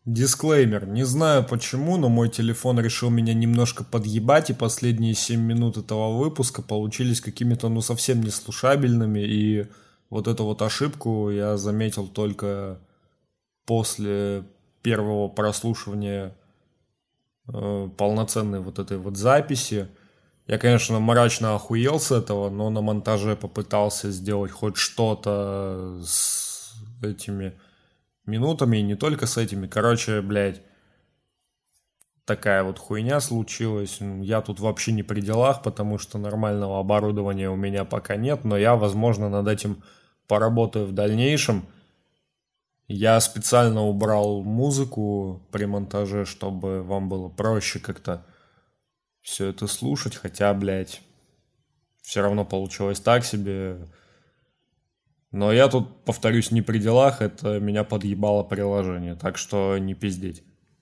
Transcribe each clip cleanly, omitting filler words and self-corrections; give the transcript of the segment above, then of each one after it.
Дисклеймер. Не знаю почему, но мой телефон решил меня немножко подъебать, и последние 7 минут этого выпуска получились какими-то, совсем неслушабельными, и вот эту вот ошибку я заметил только после первого прослушивания полноценной вот этой вот записи. Я, конечно, мрачно охуел с этого, но на монтаже попытался сделать хоть что-то с этими минутами, и не только с этими. Короче, блядь, такая вот хуйня случилась. Я тут вообще не при делах, потому что нормального оборудования у меня пока нет, но я, возможно, над этим поработаю в дальнейшем. Я специально убрал музыку при монтаже, чтобы вам было проще как-то все это слушать, хотя, блядь, все равно получилось так себе. Но я тут, повторюсь, не при делах, это меня подъебало приложение, так что не пиздеть.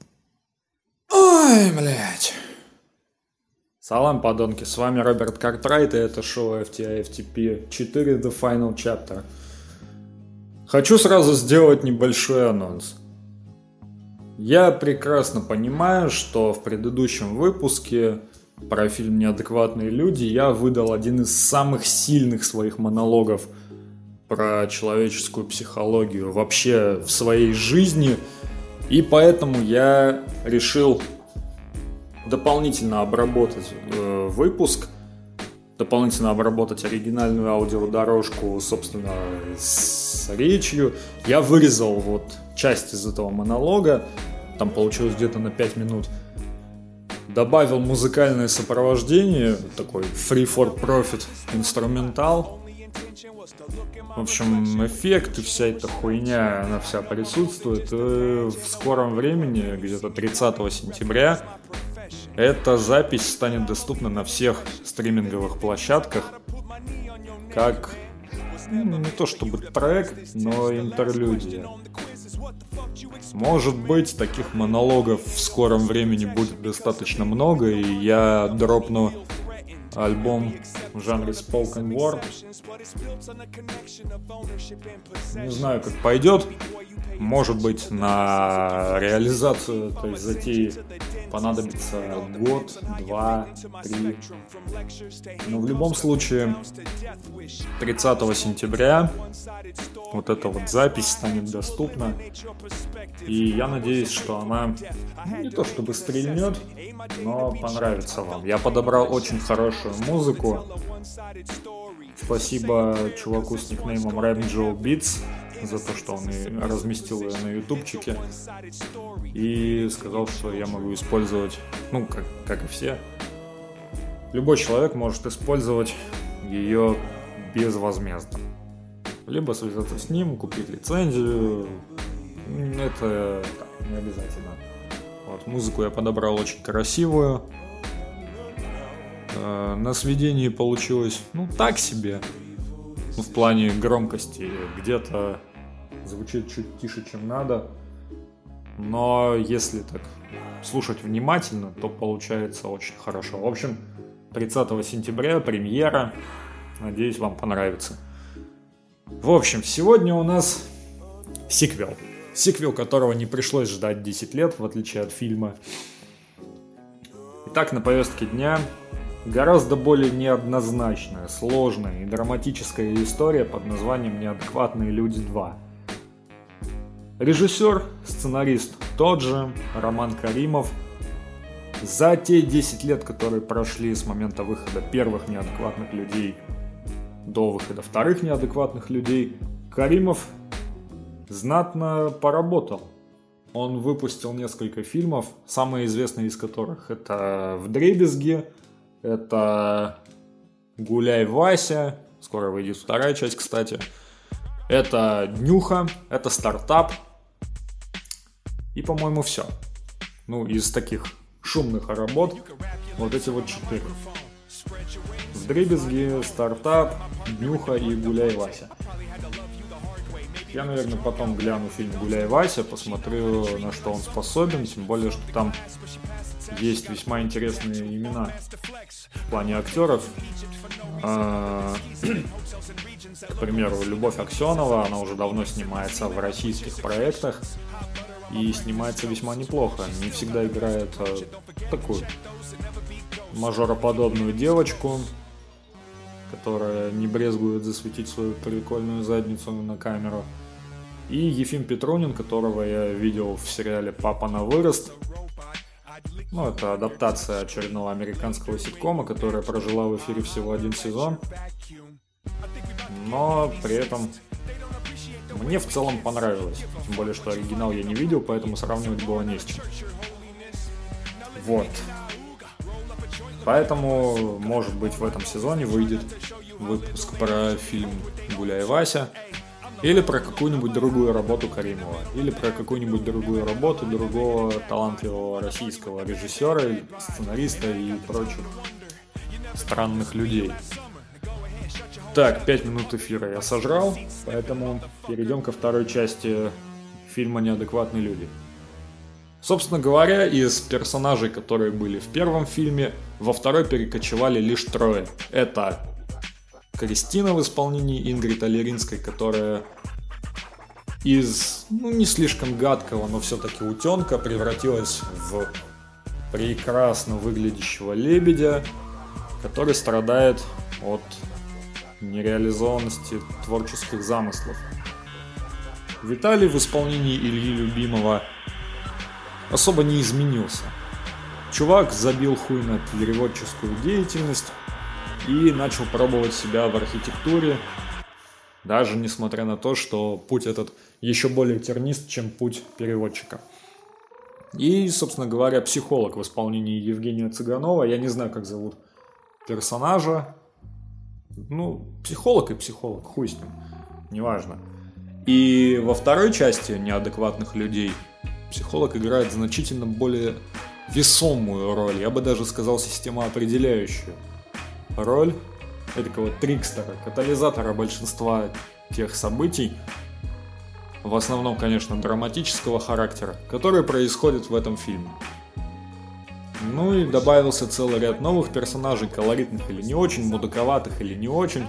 Ой, блядь. Салам, подонки, с вами Роберт Картрайт, и это шоу FTI-FTP 4 The Final Chapter. Хочу сразу сделать небольшой анонс. Я прекрасно понимаю, что в предыдущем выпуске про фильм «Неадекватные люди» я выдал один из самых сильных своих монологов про человеческую психологию вообще в своей жизни, и поэтому я решил дополнительно обработать выпуск, дополнительно обработать оригинальную аудиодорожку, собственно, с речью. Я вырезал вот часть из этого монолога, там получилось где-то на 5 минут. Добавил музыкальное сопровождение, такой free for profit инструментал. В общем, эффект и вся эта хуйня, она вся присутствует. И в скором времени, где-то 30 сентября, эта запись станет доступна на всех стриминговых площадках как, не то чтобы трек, но интерлюдия. Может быть, таких монологов в скором времени будет достаточно много, и я дропну альбом в жанре spoken word. Не знаю, как пойдет. Может быть, на реализацию этой затеи понадобится год, 2, 3. Но в любом случае, 30 сентября вот эта вот запись станет доступна. И я надеюсь, что она не то чтобы стрельнет, но понравится вам. Я подобрал очень хорошую музыку. Спасибо чуваку с никнеймом Ramjo Beats за то, что он и разместил ее на ютубчике и сказал, что я могу использовать, как и все. Любой человек может использовать ее безвозмездно. Либо связаться с ним, купить лицензию. Это не обязательно. Вот, музыку я подобрал очень красивую. На сведении получилось, так себе. В плане громкости где-то звучит чуть тише, чем надо. Но если так слушать внимательно, то получается очень хорошо. В общем, 30 сентября премьера. Надеюсь, вам понравится. В общем, сегодня у нас сиквел. Сиквел, которого не пришлось ждать 10 лет, в отличие от фильма. Итак, на повестке дня гораздо более неоднозначная, сложная и драматическая история под названием «Неадекватные люди 2». Режиссер, сценарист тот же, Роман Каримов. За те 10 лет, которые прошли с момента выхода первых «Неадекватных людей» до выхода вторых «Неадекватных людей», Каримов знатно поработал. Он выпустил несколько фильмов, самые известные из которых это «Вдребезги», это «Гуляй, Вася», скоро выйдет вторая часть, кстати. Это «Днюха», это «Стартап». И, по-моему, все. Из таких шумных работ вот эти вот 4. «Вдребезги», «Стартап», «Днюха» и «Гуляй, Вася». Я, наверное, потом гляну фильм «Гуляй, Вася», посмотрю, на что он способен, тем более, что там есть весьма интересные имена в плане актеров. К примеру, Любовь Аксенова, она уже давно снимается в российских проектах. и снимается весьма неплохо. Не всегда играет такую мажороподобную девочку, которая не брезгует засветить свою прикольную задницу на камеру. И Ефим Петрунин, которого я видел в сериале «Папа на вырост». Ну, это адаптация очередного американского ситкома, которая прожила в эфире всего 1 сезон. Но при этом мне в целом понравилось. Тем более, что оригинал я не видел, поэтому сравнивать было не с чем. Вот. Поэтому, может быть, в этом сезоне выйдет выпуск про фильм «Гуляй, Вася», или про какую-нибудь другую работу Каримова, или про какую-нибудь другую работу другого талантливого российского режиссера, сценариста и прочих странных людей. Так, 5 минут эфира я сожрал, поэтому перейдем ко второй части фильма «Неадекватные люди». Собственно говоря, из персонажей, которые были в первом фильме, во второй перекочевали лишь 3. Это Кристина в исполнении Ингрид Аллеринской, которая из, не слишком гадкого, но все-таки утенка превратилась в прекрасно выглядящего лебедя, который страдает от нереализованности творческих замыслов. Виталий в исполнении Ильи Любимова особо не изменился. Чувак забил хуй на переводческую деятельность и начал пробовать себя в архитектуре, даже несмотря на то, что путь этот еще более тернист, чем путь переводчика. И, собственно говоря, психолог в исполнении Евгения Цыганова, я не знаю, как зовут персонажа, психолог и психолог, хуй с ним, неважно. И во второй части «Неадекватных людей» психолог играет значительно более весомую роль, я бы даже сказал, системоопределяющую роль эдакого трикстера, катализатора большинства тех событий, в основном, конечно, драматического характера, которые происходят в этом фильме. Ну и добавился целый ряд новых персонажей, колоритных или не очень, мудаковатых или не очень.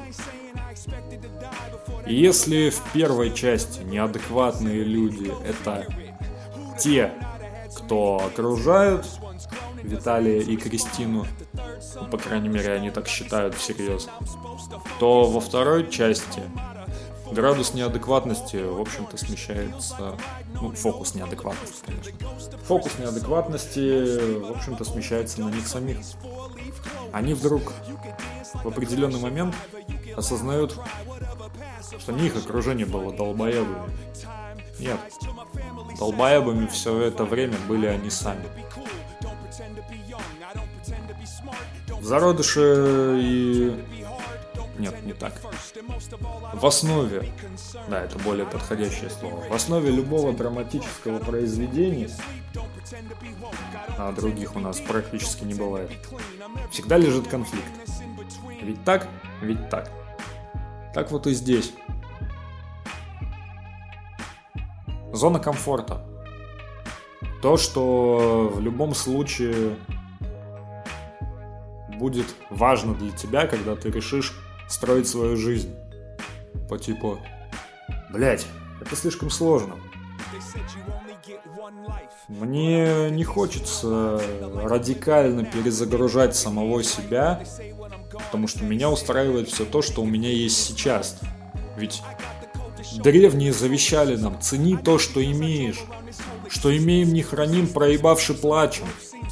И если в первой части неадекватные люди — это те, кто окружают Виталия и Кристину, по крайней мере, они так считают всерьез, то во второй части градус неадекватности, в общем-то, смещается... фокус неадекватности, конечно. Фокус неадекватности, в общем-то, смещается на них самих. Они вдруг в определенный момент осознают, что не их окружение было долбоебами. Нет. Долбоебами все это время были они сами. В зародыше и... Нет, не так. В основе, да, это более подходящее слово, в основе любого драматического произведения, а других у нас практически не бывает, всегда лежит конфликт. Ведь так, ведь так. Так вот и здесь. Зона комфорта. То, что в любом случае будет важно для тебя, когда ты решишь строить свою жизнь. По типу, блять, это слишком сложно. Мне не хочется радикально перезагружать самого себя, потому что меня устраивает все то, что у меня есть сейчас. Ведь древние завещали нам: цени то, что имеешь. Что имеем, не храним, проебавши плачем.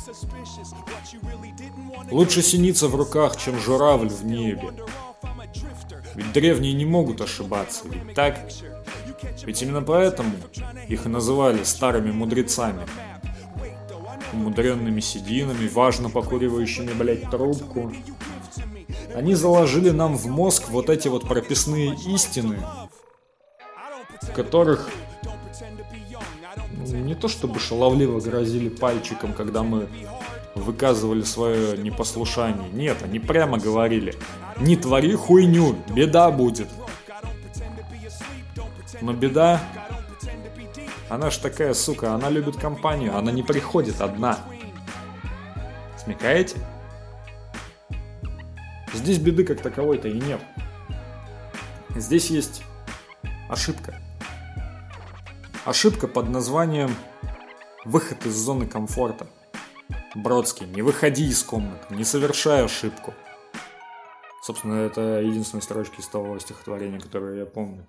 Лучше синица в руках, чем журавль в небе. Ведь древние не могут ошибаться, ведь так? Ведь именно поэтому их и называли старыми мудрецами. Умудренными сединами, важно покуривающими, блять, трубку. Они заложили нам в мозг вот эти вот прописные истины, в которых не то чтобы шаловливо грозили пальчиком, когда мы выказывали свое непослушание. Нет, они прямо говорили: не твори хуйню, беда будет. Но беда, она ж такая, сука, она любит компанию, она не приходит одна. Смекаете? Здесь беды как таковой-то и нет. Здесь есть ошибка. Ошибка под названием Выход из зоны комфорта. Бродский, не выходи из комнаты, не совершай ошибку. Собственно, это единственная строчка из того стихотворения, которое я помню.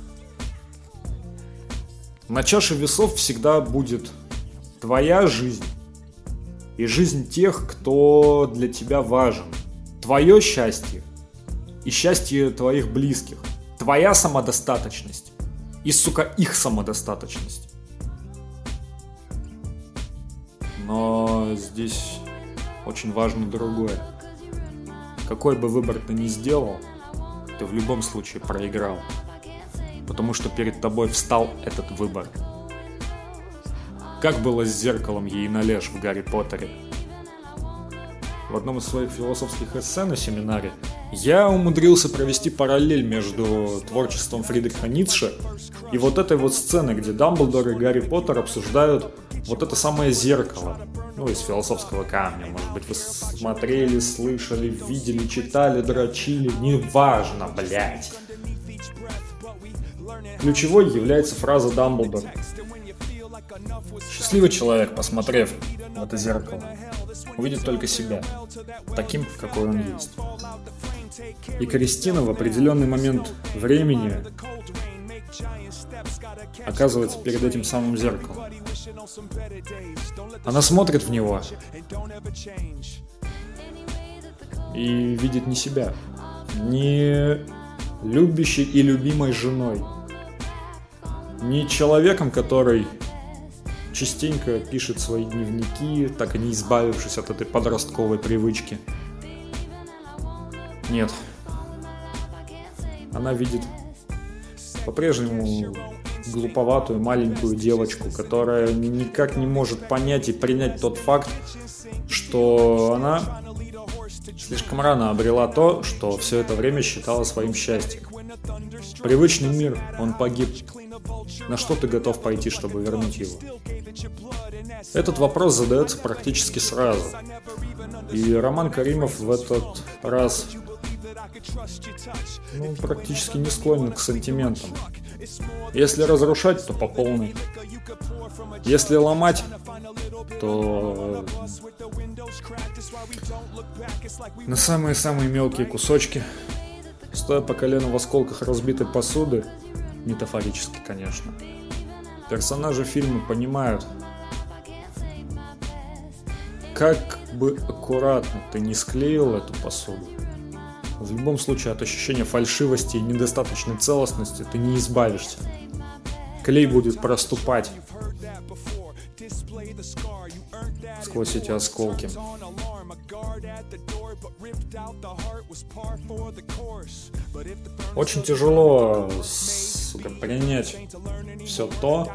На чаше весов всегда будет твоя жизнь и жизнь тех, кто для тебя важен. Твое счастье и счастье твоих близких. Твоя самодостаточность и, сука, их самодостаточность. Но здесь очень важно другое. Какой бы выбор ты ни сделал, ты в любом случае проиграл. Потому что перед тобой встал этот выбор. Как было с зеркалом Ейналеш в Гарри Поттере? В одном из своих философских эссе на семинаре я умудрился провести параллель между творчеством Фридриха Ницше и вот этой вот сценой, где Дамблдор и Гарри Поттер обсуждают вот это самое зеркало. Ну, из философского камня. Может быть, вы смотрели, слышали, видели, читали, дрочили. Неважно, блять. Ключевой является фраза Дамблдора. Счастливый человек, посмотрев в это зеркало, увидит только себя, таким, какой он есть. И Кристина в определенный момент времени оказывается перед этим самым зеркалом. Она смотрит в него и видит не себя, не любящей и любимой женой, не человеком, который частенько пишет свои дневники, так и не избавившись от этой подростковой привычки. Нет. Она видит по-прежнему глуповатую маленькую девочку, которая никак не может понять и принять тот факт, что она слишком рано обрела то, что все это время считала своим счастьем. Привычный мир, он погиб. На что ты готов пойти, чтобы вернуть его? Этот вопрос задается практически сразу. И Роман Каримов в этот раз практически не склонен к сантиментам. Если разрушать, то по полной. Если ломать, то на самые-самые мелкие кусочки, стоя по колено в осколках разбитой посуды, метафорически, конечно. Персонажи фильма понимают, как бы аккуратно ты не склеил эту посуду, в любом случае от ощущения фальшивости и недостаточной целостности ты не избавишься. Клей будет проступать сквозь эти осколки. Очень тяжело, принять все то,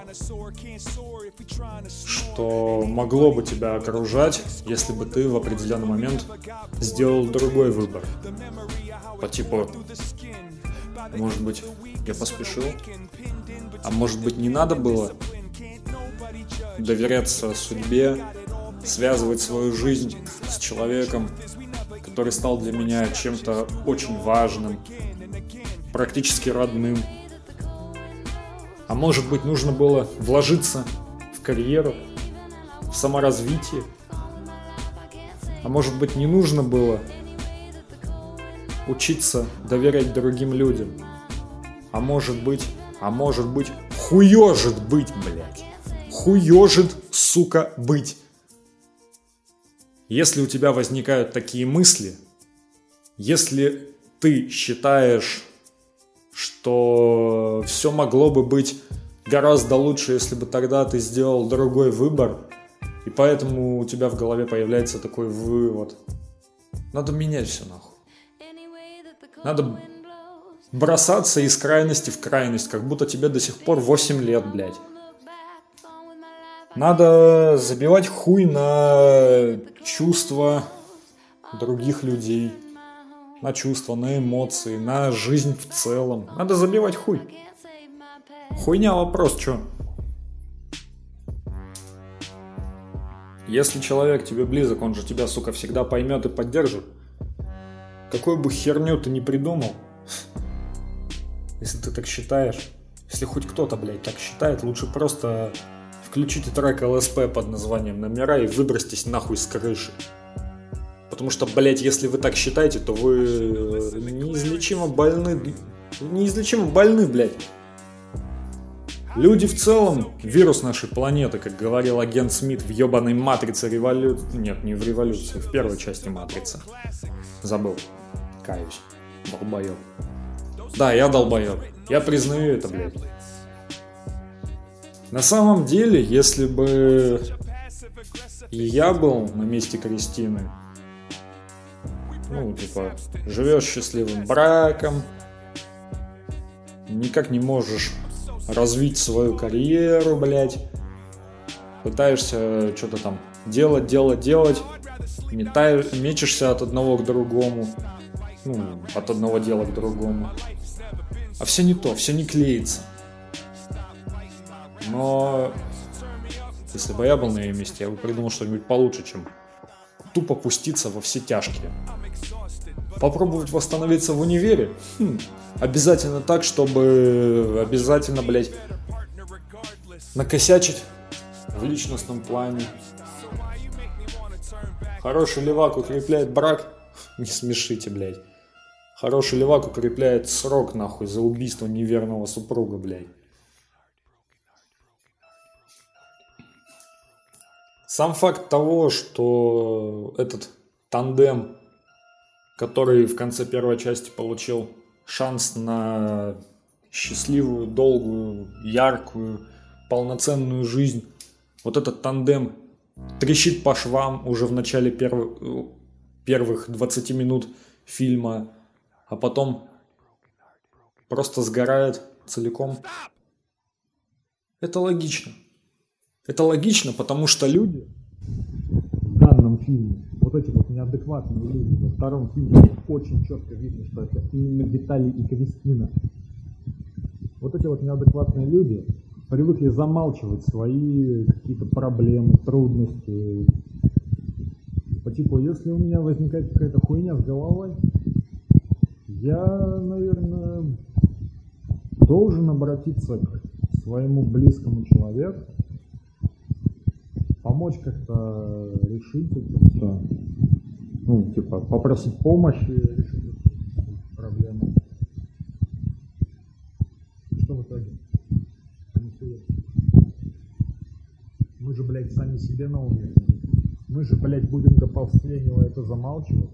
что могло бы тебя окружать, если бы ты в определенный момент сделал другой выбор. По типу, может быть, я поспешил, а может быть, не надо было доверяться судьбе, связывать свою жизнь с человеком, который стал для меня чем-то очень важным, практически родным. А может быть, нужно было вложиться в карьеру, в саморазвитие. А может быть, не нужно было учиться доверять другим людям. А может быть, хуёжит быть, блядь. Хуёжит, сука, быть. Если у тебя возникают такие мысли, если ты считаешь, что все могло бы быть гораздо лучше, если бы тогда ты сделал другой выбор, и поэтому у тебя в голове появляется такой вывод. Надо менять все нахуй. Надо бросаться из крайности в крайность, как будто тебе до сих пор 8 лет, блядь. Надо забивать хуй на чувства других людей, на чувства, на эмоции, на жизнь в целом. Надо забивать хуй. Хуйня вопрос, чё? Если человек тебе близок, он же тебя, сука, всегда поймет и поддержит. Какую бы херню ты ни придумал, если ты так считаешь, если хоть кто-то, блядь, так считает, лучше просто включите трек ЛСП под названием «Номера» и выбросьтесь нахуй с крыши. Потому что, блять, если вы так считаете, то вы неизлечимо больны, блять. Люди в целом — вирус нашей планеты, как говорил агент Смит в ебаной «Матрице» революции. Нет, не в «Революции», в первой части «Матрицы». Забыл. Каюсь. Долбоёб. Да, я долбоёб. Я признаю это, блядь. На самом деле, если бы и я был на месте Кристины, ну, типа, живешь счастливым браком, никак не можешь развить свою карьеру, блядь, пытаешься что-то там делать, мечешься от одного к другому, ну, от одного дела к другому, а все не то, все не клеится. Но если бы я был на ее месте, я бы придумал что-нибудь получше, чем тупо пуститься во все тяжкие. Попробовать восстановиться в универе? Обязательно так, чтобы обязательно, блядь, накосячить в личностном плане. Хороший левак укрепляет брак? Не смешите, блядь. Хороший левак укрепляет срок, нахуй, за убийство неверного супруга, блядь. Сам факт того, что этот тандем, который в конце первой части получил шанс на счастливую, долгую, яркую, полноценную жизнь, вот этот тандем трещит по швам уже в начале первых 20 минут фильма, а потом просто сгорает целиком. Это логично. Это логично, потому что люди в данном фильме, вот эти вот неадекватные люди, во втором фильме очень четко видно, что это именно Виталий и Кристина. Вот эти вот неадекватные люди привыкли замалчивать свои какие-то проблемы, трудности. По типу, если у меня возникает какая-то хуйня с головой, я, наверное, должен обратиться к своему близкому человеку, помочь как-то решить это все. Ну, типа, попросить помощи решить эту проблему. Что в итоге? Мы же, блядь, сами себе на уме. Мы же, блядь, будем до последнего это замалчивать.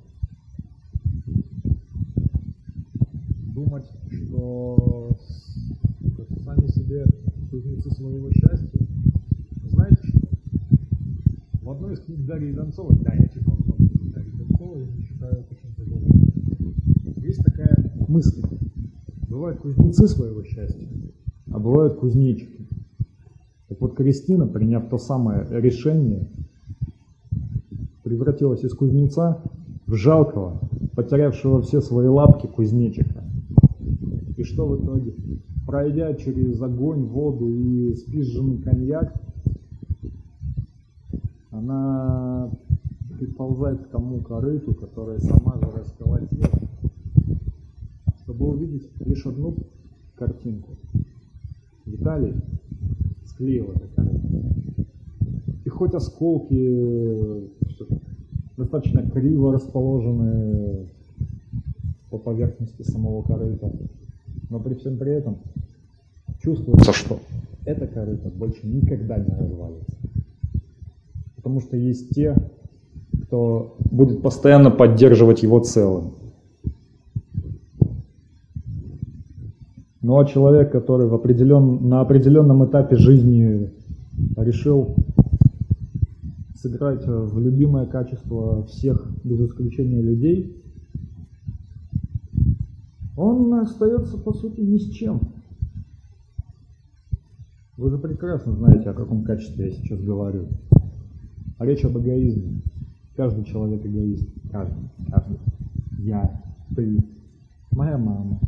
Думать, что сами себе кузнецы своего счастья. Знаете что? В одной из книг Дарьи Донцовой, да, я читал много книг Дарьи Донцовой, я не считаю это чем-то добрым. Есть такая мысль. Бывают кузнецы своего счастья, а бывают кузнечики. Так вот, Кристина, приняв то самое решение, превратилась из кузнеца в жалкого, потерявшего все свои лапки кузнечика. И что в итоге? Пройдя через огонь, воду и спизженный коньяк, она приползает к тому корыту, которое сама же расколотила, чтобы увидеть лишь одну картинку. Виталий склеил это корыто. И хоть осколки достаточно криво расположены по поверхности самого корыта, но при всем при этом чувствуется, что это корыто больше никогда не развалится. Потому что есть те, кто будет постоянно поддерживать его целым. Ну а человек, который на определенном этапе жизни решил сыграть в любимое качество всех, без исключения людей, он остается, по сути, ни с чем. Вы же прекрасно знаете, о каком качестве я сейчас говорю. Речь об эгоизме. Каждый человек эгоист. Каждый. Я, ты, моя мама,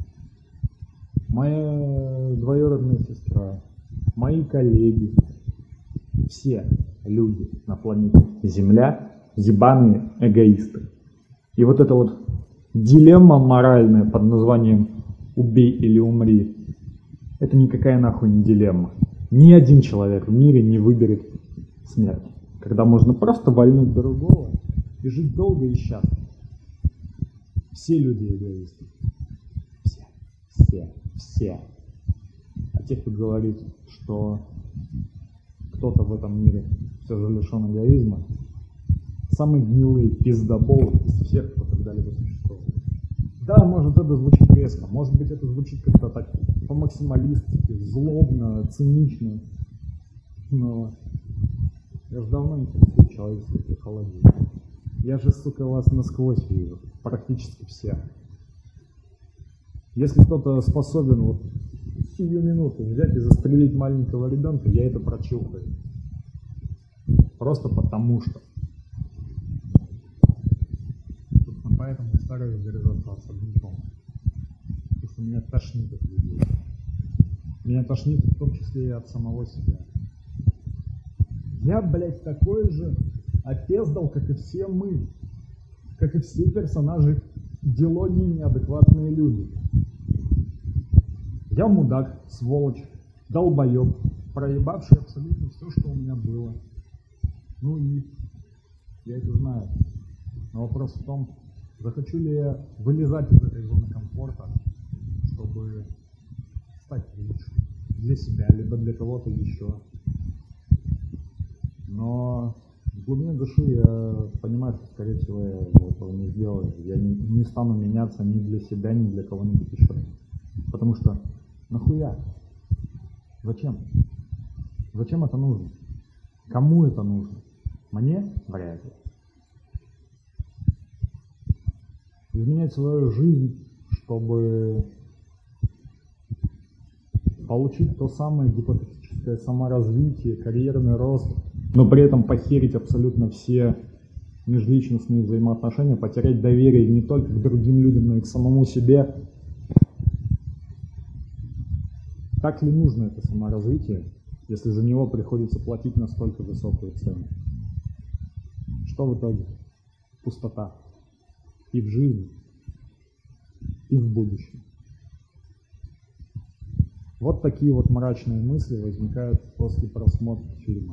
моя двоюродная сестра, мои коллеги. Все люди на планете Земля ебаные эгоисты. И вот эта вот дилемма моральная под названием «убей или умри» — это никакая нахуй не дилемма. Ни один человек в мире не выберет смерть, когда можно просто вальнуть другого и жить долго и счастливо. Все люди эгоисты. Все. А те, кто говорит, что кто-то в этом мире все же лишен эгоизма, самые гнилые пиздоболы из всех, кто когда-либо существовал. Да, может это звучит резко, может быть это звучит как-то так по-максималистски, злобно, цинично, но я же давно интересуюсь человеческой психологией. Я же, сука, вас насквозь вижу, практически все. Если кто-то способен вот сию минуту взять и застрелить маленького ребенка, я это прочухаю. Просто потому что. Собственно, поэтому стараюсь держаться особняком. Потому что меня тошнит от людей. Меня тошнит в том числе и от самого себя. Я, блядь, такой же опездал, как и все мы. Как и все персонажи дилогии неадекватные люди. Я мудак, сволочь, долбоеб, проебавший абсолютно все, что у меня было. Ну и я это знаю. Но вопрос в том, захочу ли я вылезать из этой зоны комфорта, чтобы стать лучше для себя, либо для кого-то еще. Но в глубине души я понимаю, что, скорее всего, я этого не сделаю. Я не стану меняться ни для себя, ни для кого-нибудь еще. Потому что нахуя? Зачем? Зачем это нужно? Кому это нужно? Мне? Вряд ли. Изменять свою жизнь, чтобы получить то самое гипотетическое саморазвитие, карьерный рост, но при этом похерить абсолютно все межличностные взаимоотношения, потерять доверие не только к другим людям, но и к самому себе. Так ли нужно это саморазвитие, если за него приходится платить настолько высокую цену? Что в итоге? Пустота. И в жизни, и в будущем. Вот такие вот мрачные мысли возникают после просмотра фильма.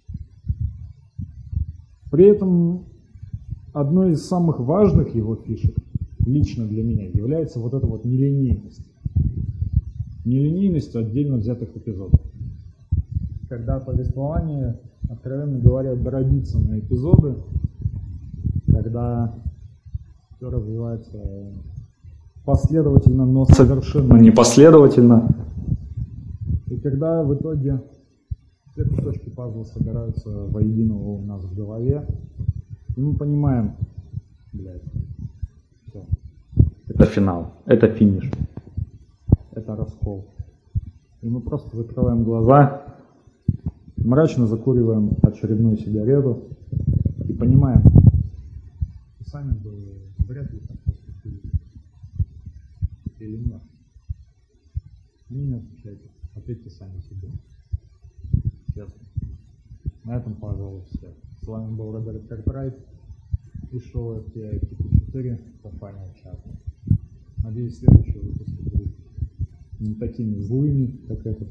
При этом одной из самых важных его фишек, лично для меня, является вот эта вот нелинейность. Нелинейность отдельно взятых эпизодов. Когда повествование, откровенно говоря, дробится на эпизоды, когда все развивается последовательно, но совершенно непоследовательно, и когда в итоге все кусочки пазла собираются воедино у нас в голове, и мы понимаем, блядь, все. Это финал, это финиш, это раскол. И мы просто закрываем глаза, мрачно закуриваем очередную сигарету и понимаем, что сами бы вряд ли так поступили. Или нет. Не отвечайте, ответьте сами себе. Честно. На этом, пожалуй, все. С вами был Роберт Картрайт и шоу FTI 4 по Final Chapter. Надеюсь, следующие выпуски будут не такими злыми, как этот.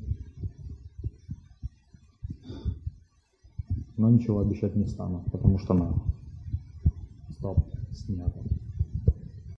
Но ничего обещать не стану, потому что надо. Стоп, снято.